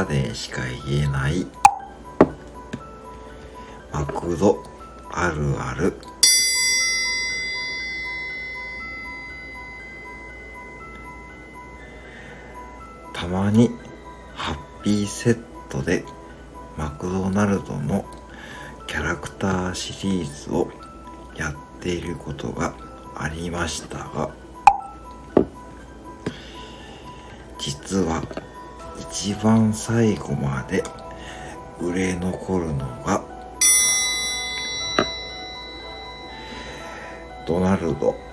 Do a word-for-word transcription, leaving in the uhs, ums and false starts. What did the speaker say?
でしか言えないマクドあるある。たまにハッピーセットでマクドナルドのキャラクターシリーズをやっていることがありましたが、実は一番最後まで売れ残るのがドナルド